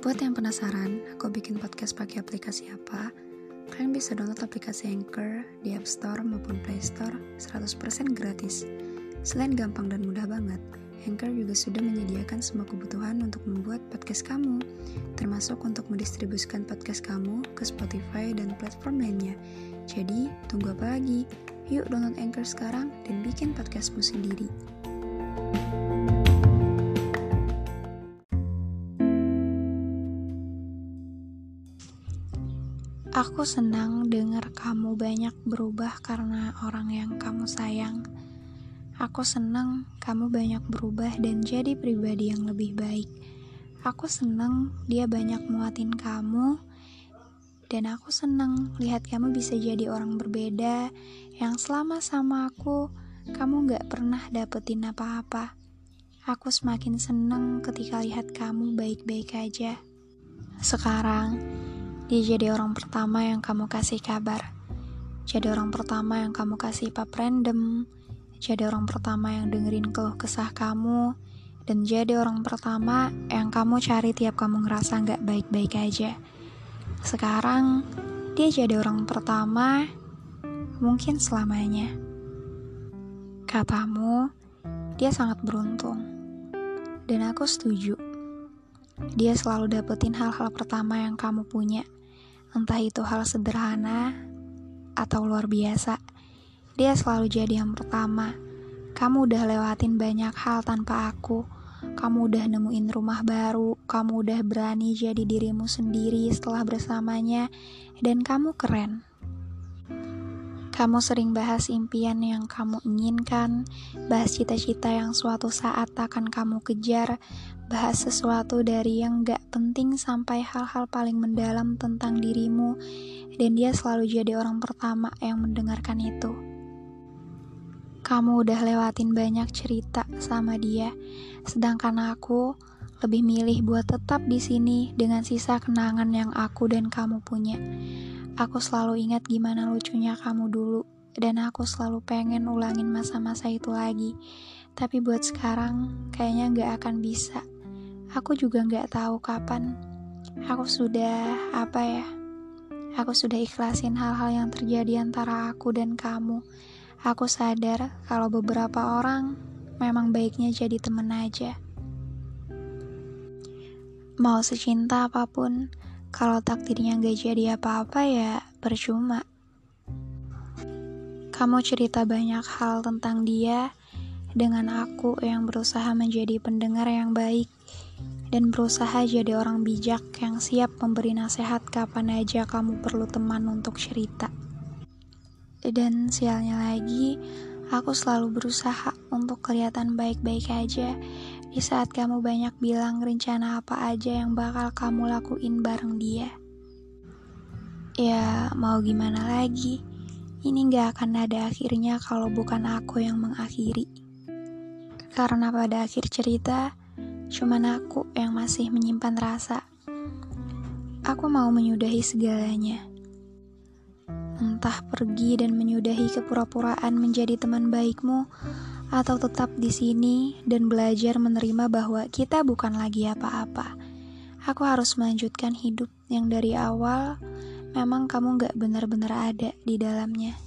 Buat yang penasaran, aku bikin podcast pakai aplikasi apa? Kalian bisa download aplikasi Anchor di App Store maupun Play Store 100% gratis. Selain gampang dan mudah banget, Anchor juga sudah menyediakan semua kebutuhan untuk membuat podcast kamu, termasuk untuk mendistribusikan podcast kamu ke Spotify dan platform lainnya. Jadi, tunggu apa lagi? Yuk download Anchor sekarang dan bikin podcastmu sendiri. Aku senang dengar kamu banyak berubah karena orang yang kamu sayang. Aku senang kamu banyak berubah dan jadi pribadi yang lebih baik. Aku senang dia banyak muatin kamu. Dan aku senang lihat kamu bisa jadi orang berbeda yang selama sama aku, kamu gak pernah dapetin apa-apa. Aku semakin senang ketika lihat kamu baik-baik aja. Sekarang, dia jadi orang pertama yang kamu kasih kabar. Jadi orang pertama yang kamu kasih pap random. Jadi orang pertama yang dengerin keluh kesah kamu. Dan jadi orang pertama yang kamu cari tiap kamu ngerasa gak baik-baik aja. Sekarang, dia jadi orang pertama, mungkin selamanya. Katamu, dia sangat beruntung. Dan aku setuju. Dia selalu dapetin hal-hal pertama yang kamu punya. Entah itu hal sederhana atau luar biasa. Dia selalu jadi yang pertama. Kamu udah lewatin banyak hal tanpa aku. Kamu udah nemuin rumah baru. Kamu udah berani jadi dirimu sendiri setelah bersamanya. Dan kamu keren. Kamu sering bahas impian yang kamu inginkan, bahas cita-cita yang suatu saat akan kamu kejar, bahas sesuatu dari yang gak penting sampai hal-hal paling mendalam tentang dirimu, dan dia selalu jadi orang pertama yang mendengarkan itu. Kamu udah lewatin banyak cerita sama dia, sedangkan aku lebih milih buat tetap di sini dengan sisa kenangan yang aku dan kamu punya. Aku selalu ingat gimana lucunya kamu dulu, dan aku selalu pengen ulangin masa-masa itu lagi. Tapi buat sekarang, kayaknya gak akan bisa. Aku juga gak tahu kapan. Aku sudah ikhlasin hal-hal yang terjadi antara aku dan kamu. Aku sadar kalau beberapa orang memang baiknya jadi temen aja. Mau secinta apapun, kalau takdirnya gak jadi apa-apa ya percuma. Kamu cerita banyak hal tentang dia, dengan aku yang berusaha menjadi pendengar yang baik, dan berusaha jadi orang bijak yang siap memberi nasihat kapan aja kamu perlu teman untuk cerita. Dan sialnya lagi, aku selalu berusaha untuk kelihatan baik-baik aja di saat kamu banyak bilang rencana apa aja yang bakal kamu lakuin bareng dia. Ya, mau gimana lagi? Ini gak akan ada akhirnya kalau bukan aku yang mengakhiri. Karena pada akhir cerita, cuman aku yang masih menyimpan rasa. Aku mau menyudahi segalanya. Entah pergi dan menyudahi kepura-puraan menjadi teman baikmu, atau tetap di sini dan belajar menerima bahwa kita bukan lagi apa-apa. Aku harus melanjutkan hidup yang dari awal memang kamu gak benar-benar ada di dalamnya.